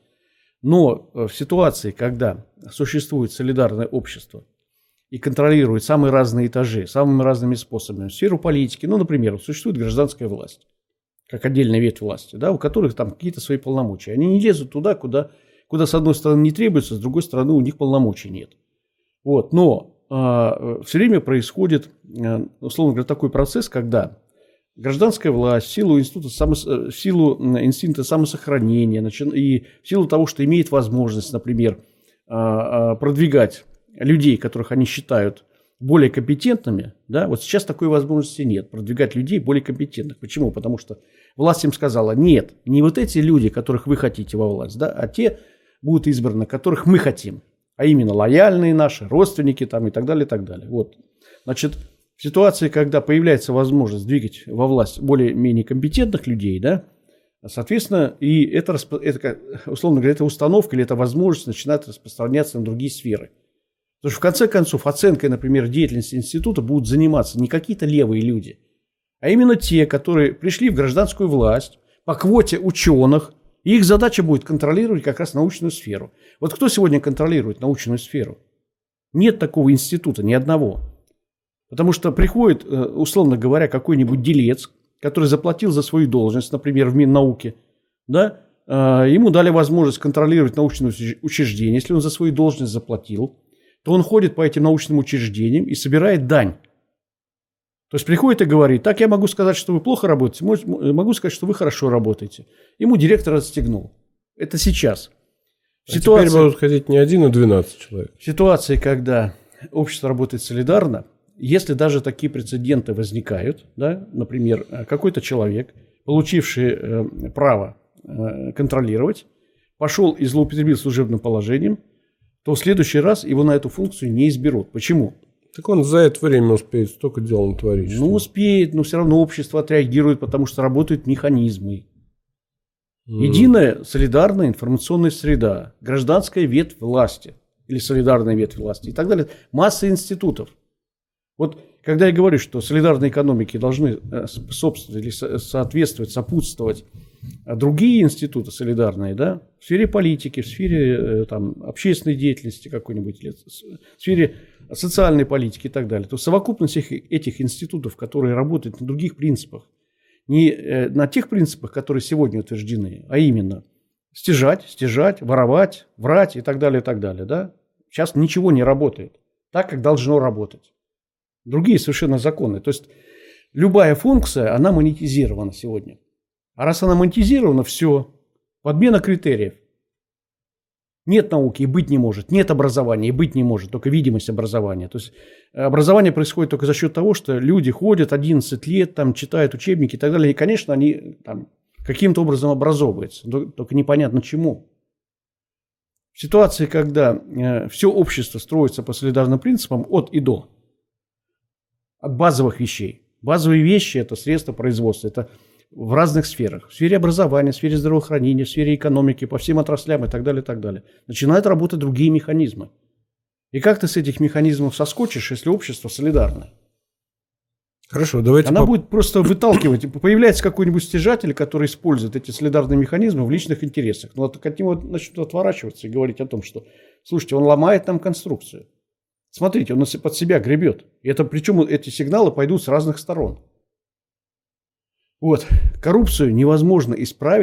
Но в ситуации, когда существует солидарное общество, и контролирует самые разные этажи, самыми разными способами, сферу политики. Ну, например, существует гражданская власть, как отдельная ветвь власти, да, у которых там какие-то свои полномочия. Они не лезут туда, куда, куда с одной стороны не требуется, с другой стороны у них полномочий нет. Вот. Но э, все время происходит, э, условно говоря, такой процесс, когда гражданская власть в силу института, само, в силу инстинкта самосохранения начи, и в силу того, что имеет возможность, например, э, э, продвигать людей, которых они считают более компетентными, да, вот сейчас такой возможности нет, продвигать людей более компетентных. Почему? Потому что власть им сказала, нет, не вот эти люди, которых вы хотите во власть, да, а те будут избраны, которых мы хотим, а именно лояльные наши, родственники там и так далее, и так далее. Вот. Значит, в ситуации, когда появляется возможность двигать во власть более-менее компетентных людей, да, соответственно, и это, это, условно говоря, эта установка или эта возможность начинает распространяться на другие сферы. Потому что, в конце концов, оценкой, например, деятельности института будут заниматься не какие-то левые люди, а именно те, которые пришли в гражданскую власть по квоте ученых, и их задача будет контролировать как раз научную сферу. Вот кто сегодня контролирует научную сферу? Нет такого института, ни одного. Потому что приходит, условно говоря, какой-нибудь делец, который заплатил за свою должность, например, в Миннауке, да, ему дали возможность контролировать научное учреждение, если он за свою должность заплатил, то он ходит по этим научным учреждениям и собирает дань. То есть приходит и говорит, так я могу сказать, что вы плохо работаете, могу сказать, что вы хорошо работаете. Ему директор отстегнул. Это сейчас.
А ситуация, теперь будут ходить не один, а двенадцать человек.
В ситуации, когда общество работает солидарно, если даже такие прецеденты возникают, да, например, какой-то человек, получивший э, право э, контролировать, пошел и злоупотребил служебным положением, то в следующий раз его на эту функцию не изберут. Почему?
Так он за это время успеет столько дел натворить.
Ну, успеет, но все равно общество отреагирует, потому что работают механизмы. Mm. Единая солидарная информационная среда, гражданская ветвь власти или солидарная ветвь власти и так далее. Масса институтов. Вот когда я говорю, что солидарной экономике должны способствовать или соответствовать, сопутствовать другие институты солидарные, да, в сфере политики, в сфере там, общественной деятельности какой-нибудь, в сфере социальной политики и так далее, то совокупность этих институтов, которые работают на других принципах, не на тех принципах, которые сегодня утверждены, а именно стяжать, стяжать, воровать, врать и так далее, и так далее, да, сейчас ничего не работает так, как должно работать. Другие совершенно законы. То есть любая функция, она монетизирована сегодня. А раз она монетизирована, все, подмена критериев. Нет науки и быть не может, нет образования и быть не может, только видимость образования. То есть образование происходит только за счет того, что люди ходят одиннадцать лет, там, читают учебники и так далее. И, конечно, они там, каким-то образом образовываются, только непонятно чему. В ситуации, когда э, все общество строится по солидарным принципам от и до, от базовых вещей. Базовые вещи – это средства производства, это в разных сферах. В сфере образования, в сфере здравоохранения, в сфере экономики, по всем отраслям и так далее, и так далее. Начинают работать другие механизмы. И как ты с этих механизмов соскочишь, если общество солидарное?
Хорошо, давайте...
Она
по...
будет просто выталкивать. Появляется какой-нибудь стяжатель, который использует эти солидарные механизмы в личных интересах. Но вот от него начнут отворачиваться и говорить о том, что, слушайте, он ломает нам конструкцию. Смотрите, он под себя гребет. И это, причем эти сигналы пойдут с разных сторон. Вот. Коррупцию невозможно исправить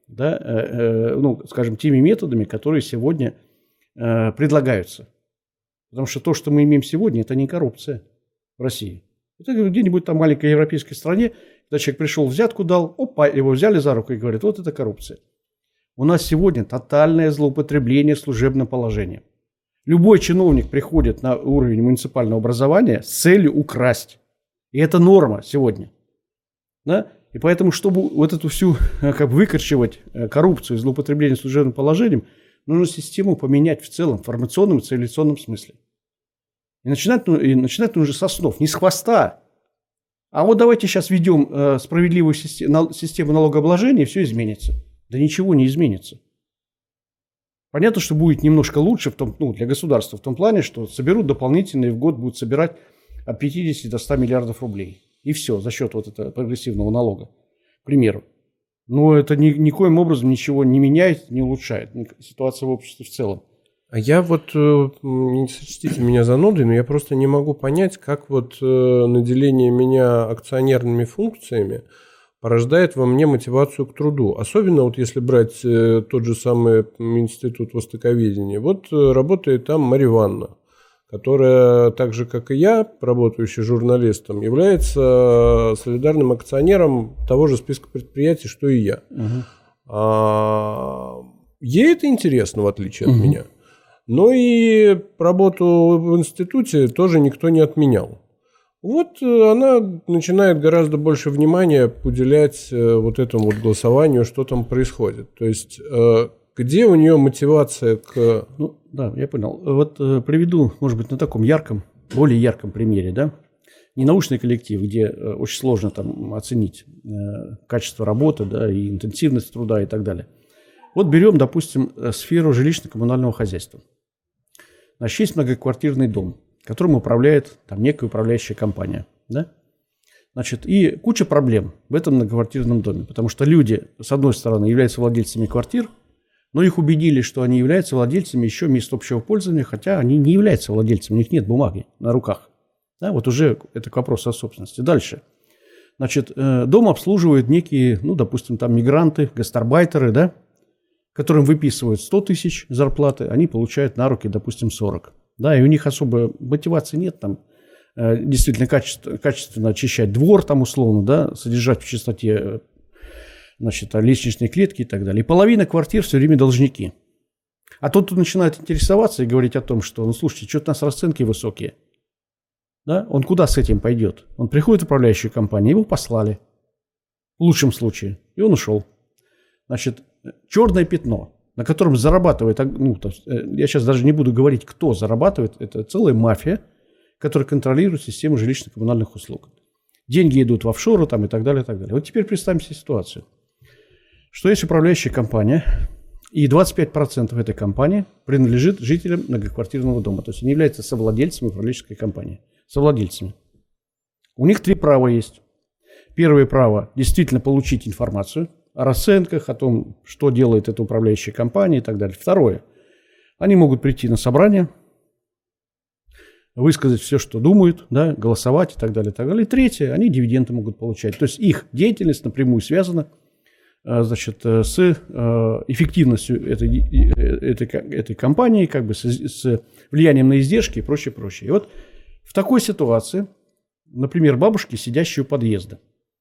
да, э, э, ну, скажем, теми методами, которые сегодня э, предлагаются. Потому что то, что мы имеем сегодня, это не коррупция в России. Это где-нибудь там в маленькой европейской стране, когда человек пришел, взятку дал, опа, его взяли за руку и говорят, вот это коррупция. У нас сегодня тотальное злоупотребление служебным положением. Любой чиновник приходит на уровень муниципального образования с целью украсть. И это норма сегодня. Да? И поэтому, чтобы вот эту всю, как бы, выкорчевать коррупцию и злоупотребление служебным положением, нужно систему поменять в целом, в информационном и цивилизационном смысле. И начинать, ну, и начинать нужно с основ, не с хвоста. А вот давайте сейчас введем э, справедливую систему, систему налогообложения, и все изменится. Да ничего не изменится. Понятно, что будет немножко лучше в том, ну, для государства в том плане, что соберут дополнительно и в год будут собирать от пятидесяти до ста миллиардов рублей. И все, за счет вот этого прогрессивного налога, к примеру. Но это ни, никоим образом ничего не меняет, не улучшает ситуацию в обществе в целом.
А я вот, не сочтите меня занудой, но я просто не могу понять, как вот наделение меня акционерными функциями порождает во мне мотивацию к труду. Особенно вот если брать тот же самый институт востоковедения. Вот работает там Марья Ивановна, которая, так же как и я, работающий журналистом, является солидарным акционером того же списка предприятий, что и я. Угу. А, ей это интересно, в отличие угу. от меня. Но и работу в институте тоже никто не отменял. Вот она начинает гораздо больше внимания уделять вот этому вот голосованию, что там происходит. То есть, где у нее мотивация к...
Ну, да, я понял. Вот приведу, может быть, на таком ярком, более ярком примере, да. Не научный коллектив, где очень сложно там оценить качество работы, да, и интенсивность труда и так далее. Вот берем, допустим, сферу жилищно-коммунального хозяйства. Значит, есть многоквартирный дом, которым управляет там некая управляющая компания, да? Значит, и куча проблем в этом многоквартирном доме, потому что люди, с одной стороны, являются владельцами квартир, но их убедили, что они являются владельцами еще мест общего пользования, хотя они не являются владельцами, у них нет бумаги на руках. Да, вот уже это к вопросу о собственности. Дальше. Значит, дом обслуживают некие, ну, допустим, там мигранты, гастарбайтеры, да, которым выписывают сто тысяч зарплаты, они получают на руки, допустим, сорок. Да, и у них особой мотивации нет там э, действительно качественно, качественно очищать двор, там условно, да, содержать в чистоте, значит, лестничные клетки и так далее. И половина квартир все время должники. А тот, кто начинает интересоваться и говорить о том, что, ну, слушайте, что-то у нас расценки высокие, да, он куда с этим пойдет? Он приходит в управляющую компанию, его послали, в лучшем случае, и он ушел. Значит, черное пятно, на котором зарабатывает, ну, то есть, я сейчас даже не буду говорить, кто зарабатывает, это целая мафия, которая контролирует систему жилищно-коммунальных услуг. Деньги идут в офшоры там, и так далее, и так далее. Вот теперь представим себе ситуацию, что есть управляющая компания, и двадцать пять процентов этой компании принадлежит жителям многоквартирного дома, то есть они являются совладельцами управляющей компании, совладельцами. У них три права есть. Первое право – действительно получить информацию о расценках, о том, что делает эта управляющая компания и так далее. Второе. Они могут прийти на собрание, высказать все, что думают, да, голосовать и так далее, и так далее. И третье. Они дивиденды могут получать. То есть их деятельность напрямую связана, значит, с эффективностью этой, этой, этой компании, как бы с, с влиянием на издержки и прочее, прочее. И вот в такой ситуации, например, бабушки, сидящие у подъезда,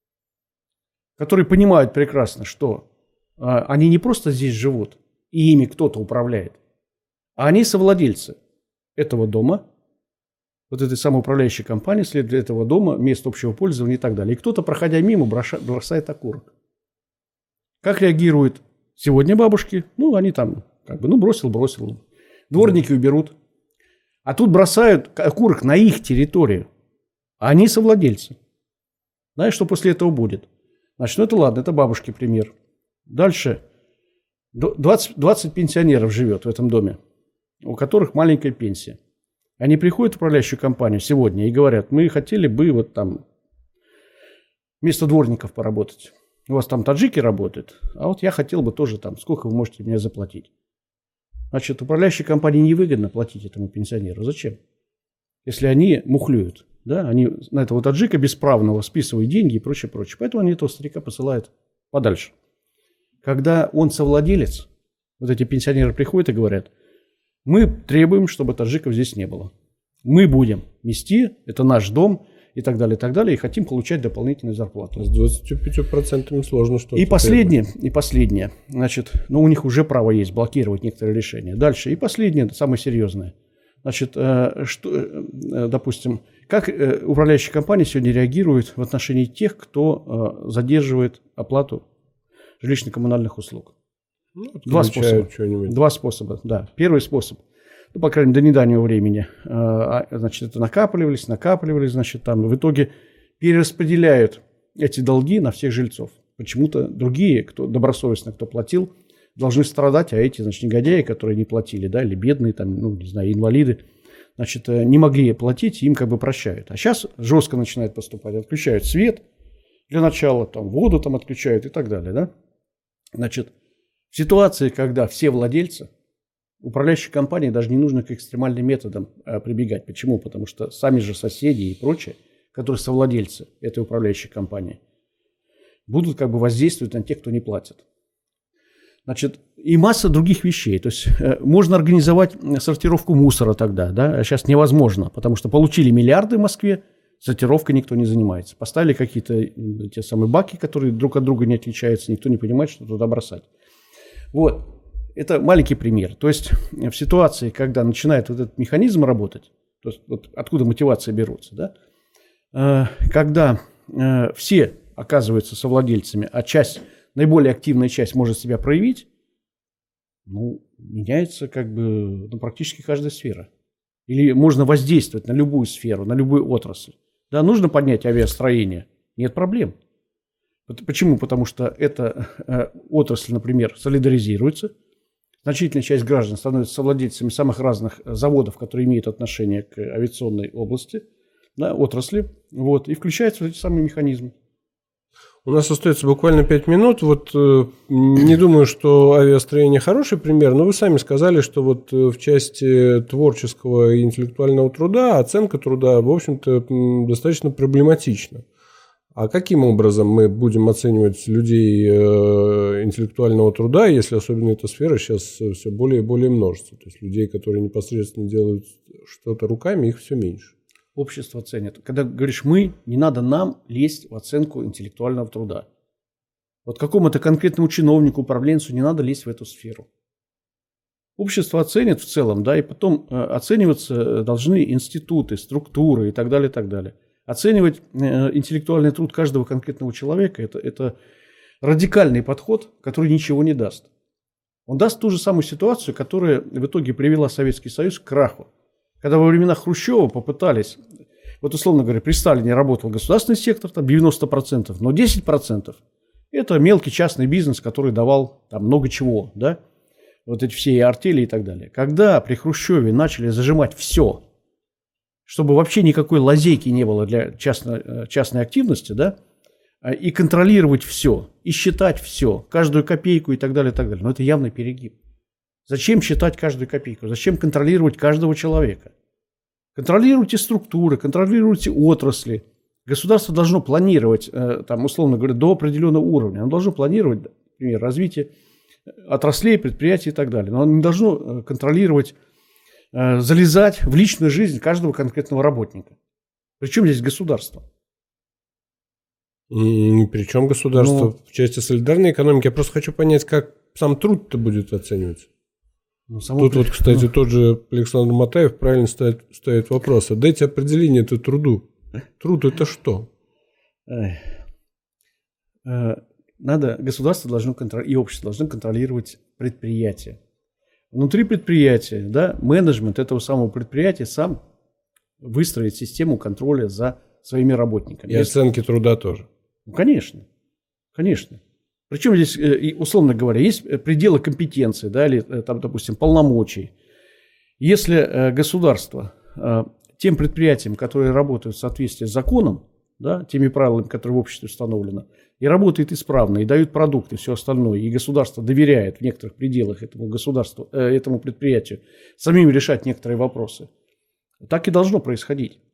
которые понимают прекрасно, что а, они не просто здесь живут, и ими кто-то управляет, а они совладельцы этого дома, вот этой самой управляющей компании, следовательно, этого дома, мест общего пользования и так далее. И кто-то, проходя мимо, бросает окурок. Как реагируют сегодня бабушки? Ну, они там, как бы, ну, бросил, бросил. Дворники уберут. А тут бросают окурок на их территорию. А они совладельцы. Знаешь, что после этого будет? Значит, ну это ладно, это бабушки пример. Дальше. двадцать, двадцать пенсионеров живет в этом доме, у которых маленькая пенсия. Они приходят в управляющую компанию сегодня и говорят, мы хотели бы вот там вместо дворников поработать. У вас там таджики работают, а вот я хотел бы тоже там, сколько вы можете мне заплатить. Значит, управляющей компании невыгодно платить этому пенсионеру. Зачем? Если они мухлюют. Да, они на этого таджика бесправного списывают деньги и прочее, прочее. Поэтому они этого старика посылают подальше. когда он совладелец, вот эти пенсионеры приходят и говорят, мы требуем, чтобы таджиков здесь не было. Мы будем вести, это наш дом и так далее, и так далее, и хотим получать дополнительную зарплату.
С двадцатью пятью процентами сложно что-то.
И последнее, и последнее, значит, ну у них уже право есть блокировать некоторые решения. Дальше, и последнее, самое серьезное. Значит, что, допустим, как управляющая компания сегодня реагирует в отношении тех, кто задерживает оплату жилищно-коммунальных услуг?
Ну,
Два способа. Два способа, да. Первый способ, ну, по крайней мере, до недавнего времени, значит, это накапливались, накапливались, значит, там в итоге перераспределяют эти долги на всех жильцов. Почему-то другие, кто добросовестно, кто платил, должны страдать, а эти, значит, негодяи, которые не платили, да, или бедные, там, ну, не знаю, инвалиды, значит, не могли платить, им как бы прощают. А сейчас жестко начинает поступать, отключают свет для начала, там, воду там отключают и так далее, да. Значит, в ситуации, когда все владельцы, управляющей компании даже не нужно к экстремальным методам а, прибегать. Почему? Потому что сами же соседи и прочие, которые совладельцы этой управляющей компании, будут как бы воздействовать на тех, кто не платит. Значит, и масса других вещей. То есть э, можно организовать сортировку мусора тогда, да, а сейчас невозможно, потому что получили миллиарды в Москве, сортировкой никто не занимается. Поставили какие-то э, те самые баки, которые друг от друга не отличаются, никто не понимает, что туда бросать. Вот. Это маленький пример. То есть в ситуации, когда начинает вот этот механизм работать, то есть вот откуда мотивация берутся, да, э, когда э, все оказываются совладельцами, а часть, наиболее активная часть может себя проявить, ну, меняется как бы ну, практически каждая сфера. Или можно воздействовать на любую сферу, на любую отрасль. Да, нужно поднять авиастроение? Нет проблем. Почему? Потому что эта э, отрасль, например, солидаризируется. Значительная часть граждан становится совладельцами самых разных заводов, которые имеют отношение к авиационной области, да, отрасли, вот, и включаются вот эти самые механизмы.
У нас остается буквально пять минут. Вот э, не думаю, что авиастроение хороший пример, но вы сами сказали, что вот в части творческого и интеллектуального труда оценка труда, в общем-то, достаточно проблематична. А каким образом мы будем оценивать людей э, интеллектуального труда, если особенно эта сфера сейчас все более и более множится? То есть людей, которые непосредственно делают что-то руками, их все меньше.
Общество ценит. Когда говоришь «мы», не надо нам лезть в оценку интеллектуального труда. Вот какому-то конкретному чиновнику, управленцу не надо лезть в эту сферу. Общество оценит в целом, да, и потом э, оцениваться должны институты, структуры и так далее, и так далее. Оценивать э, интеллектуальный труд каждого конкретного человека это, – это радикальный подход, который ничего не даст. Он даст ту же самую ситуацию, которая в итоге привела Советский Союз к краху. Когда во времена Хрущева попытались, вот условно говоря, при Сталине работал государственный сектор, там девяносто процентов, но десять процентов – это мелкий частный бизнес, который давал там много чего, да, вот эти все и артели и так далее. Когда при Хрущеве начали зажимать все, чтобы вообще никакой лазейки не было для частной, частной активности, да, и контролировать все, и считать все, каждую копейку и так далее, и так далее. Но это явный перегиб. Зачем считать каждую копейку? Зачем контролировать каждого человека? Контролируйте структуры, контролируйте отрасли. Государство должно планировать, там, условно говоря, до определенного уровня. Оно должно планировать, например, развитие отраслей, предприятий и так далее. Но оно не должно контролировать, залезать в личную жизнь каждого конкретного работника. Причем здесь государство?
Причем государство ну, в части солидарной экономики. Я просто хочу понять, как сам труд-то будет оцениваться. Ну, Тут при... вот, кстати, ну... тот же Александр Матаев правильно ставит, ставит вопрос. А дайте определение это труду. Труд это что?
Надо, государство должно контролировать, и общество должно контролировать предприятия. Внутри предприятия, да, менеджмент этого самого предприятия сам выстроит систему контроля за своими работниками.
И оценки труда тоже.
Ну, конечно, конечно. Причем здесь, условно говоря, есть пределы компетенции, да, или, там, допустим, полномочий. Если государство тем предприятиям, которые работают в соответствии с законом, да, теми правилами, которые в обществе установлены, и работает исправно, и дают продукты, и все остальное, и государство доверяет в некоторых пределах этому государству, этому предприятию самим решать некоторые вопросы, так и должно происходить.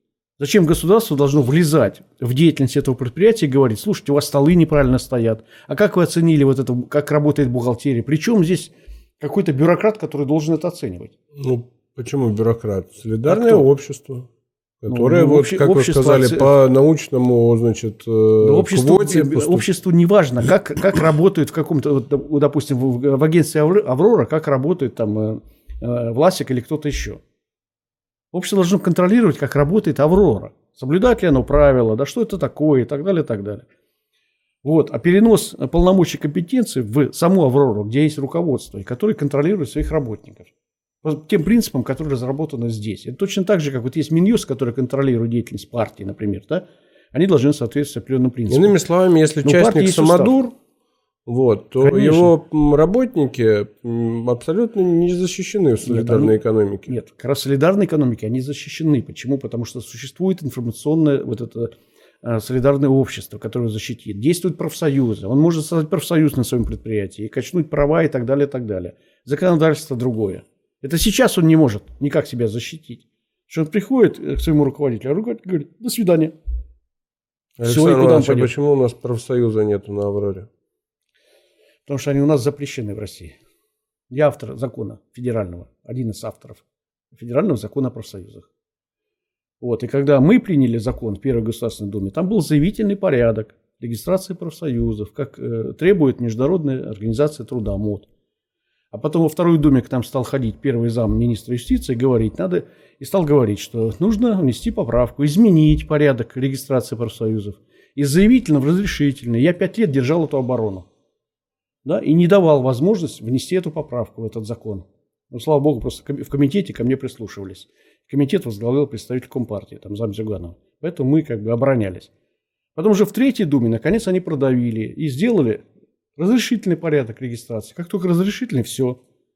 Зачем государство должно влезать в деятельность этого предприятия и говорить: слушайте, у вас столы неправильно стоят, а как вы оценили вот это, как работает бухгалтерия? Причем здесь какой-то бюрократ, который должен это оценивать?
Ну, почему бюрократ? Солидарное а общество, которое,
ну,
вот,
обще,
как вы сказали, оце... по научному, значит,
да, обществу, квоте... Обществу не важно, как, как работает в каком-то, вот, допустим, в, в агентстве «Аврора», как работает там э, Власик или кто-то еще. Общество должно контролировать, как работает «Аврора». Соблюдает ли оно правила, да что это такое и так далее, и так далее. Вот. А перенос полномочий компетенции в саму «Аврору», где есть руководство, и который контролирует своих работников. По тем принципам, которые разработаны здесь. Это точно так же, как вот есть Минюст, который контролирует деятельность партии, например. Да? Они должны соответствовать определенным принципам.
Иными словами, если частник самодур, вот, то Конечно. его работники абсолютно не защищены в солидарной
нет,
экономике.
Нет, как раз в солидарной экономике они защищены. Почему? Потому что существует информационное вот это солидарное общество, которое защитит. Действуют профсоюзы. Он может создать профсоюз на своем предприятии и качнуть права и так далее, и так далее. Законодательство другое. Это сейчас он не может никак себя защитить. Что он приходит к своему руководителю, а руководитель говорит: до свидания.
Александр Все, Иванович, а почему у нас профсоюза нету на «Авроре»?
Потому что они у нас запрещены в России. Я автор закона федерального, один из авторов федерального закона о профсоюзах. Вот. И когда мы приняли закон в Первой Государственной Думе, там был заявительный порядок регистрации профсоюзов, как э, требует Международная организация труда МОТ. А потом во Второй Думе к нам стал ходить первый зам министра юстиции, говорить надо, и стал говорить, что нужно внести поправку, изменить порядок регистрации профсоюзов из заявительного в разрешительный. Я пять лет держал эту оборону. Да, и не давал возможность внести эту поправку в этот закон. Но, слава богу, просто в комитете ко мне прислушивались. Комитет возглавлял представитель Компартии, там, зам Зюганова. Поэтому мы как бы оборонялись. Потом уже в Третьей Думе, наконец, они продавили и сделали разрешительный порядок регистрации. Как только разрешительный, все.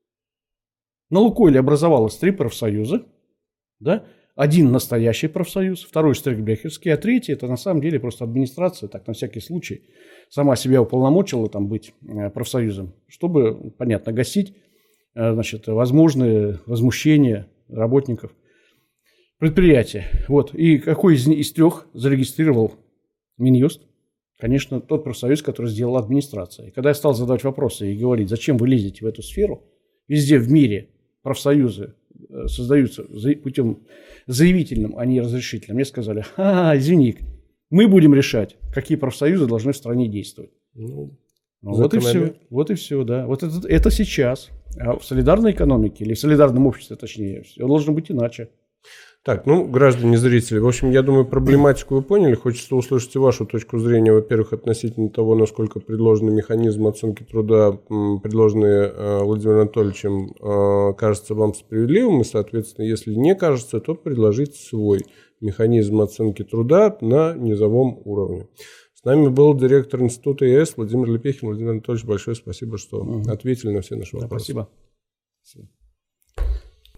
На «Лукойле» образовалось три профсоюза. Да? Один настоящий профсоюз, второй штрихбрехерский, а третий это на самом деле просто администрация, так на всякий случай, сама себя уполномочила там быть профсоюзом, чтобы, понятно, гасить, значит, возможные возмущения работников предприятия. Вот. И какой из, из трех зарегистрировал Минюст? Конечно, тот профсоюз, который сделала администрация. И когда я стал задавать вопросы и говорить, зачем вы лезете в эту сферу, везде в мире профсоюзы создаются путем заявительным, а не разрешительным. Мне сказали: а, извини, мы будем решать, какие профсоюзы должны в стране действовать. Ну, ну, вот и все. Вот и все, да. Вот это, это сейчас. А в солидарной экономике, или в солидарном обществе, точнее, все должно быть иначе.
Так, ну, граждане, зрители, в общем, я думаю, проблематику вы поняли. Хочется услышать и вашу точку зрения, во-первых, относительно того, насколько предложенный механизм оценки труда, предложенный Владимиром Анатольевичем, кажется вам справедливым, и, соответственно, если не кажется, то предложите свой механизм оценки труда на низовом уровне. С нами был директор Института ЕС Владимир Лепехин. Владимир Анатольевич, большое спасибо, что угу. ответили на все наши вопросы.
Да, спасибо.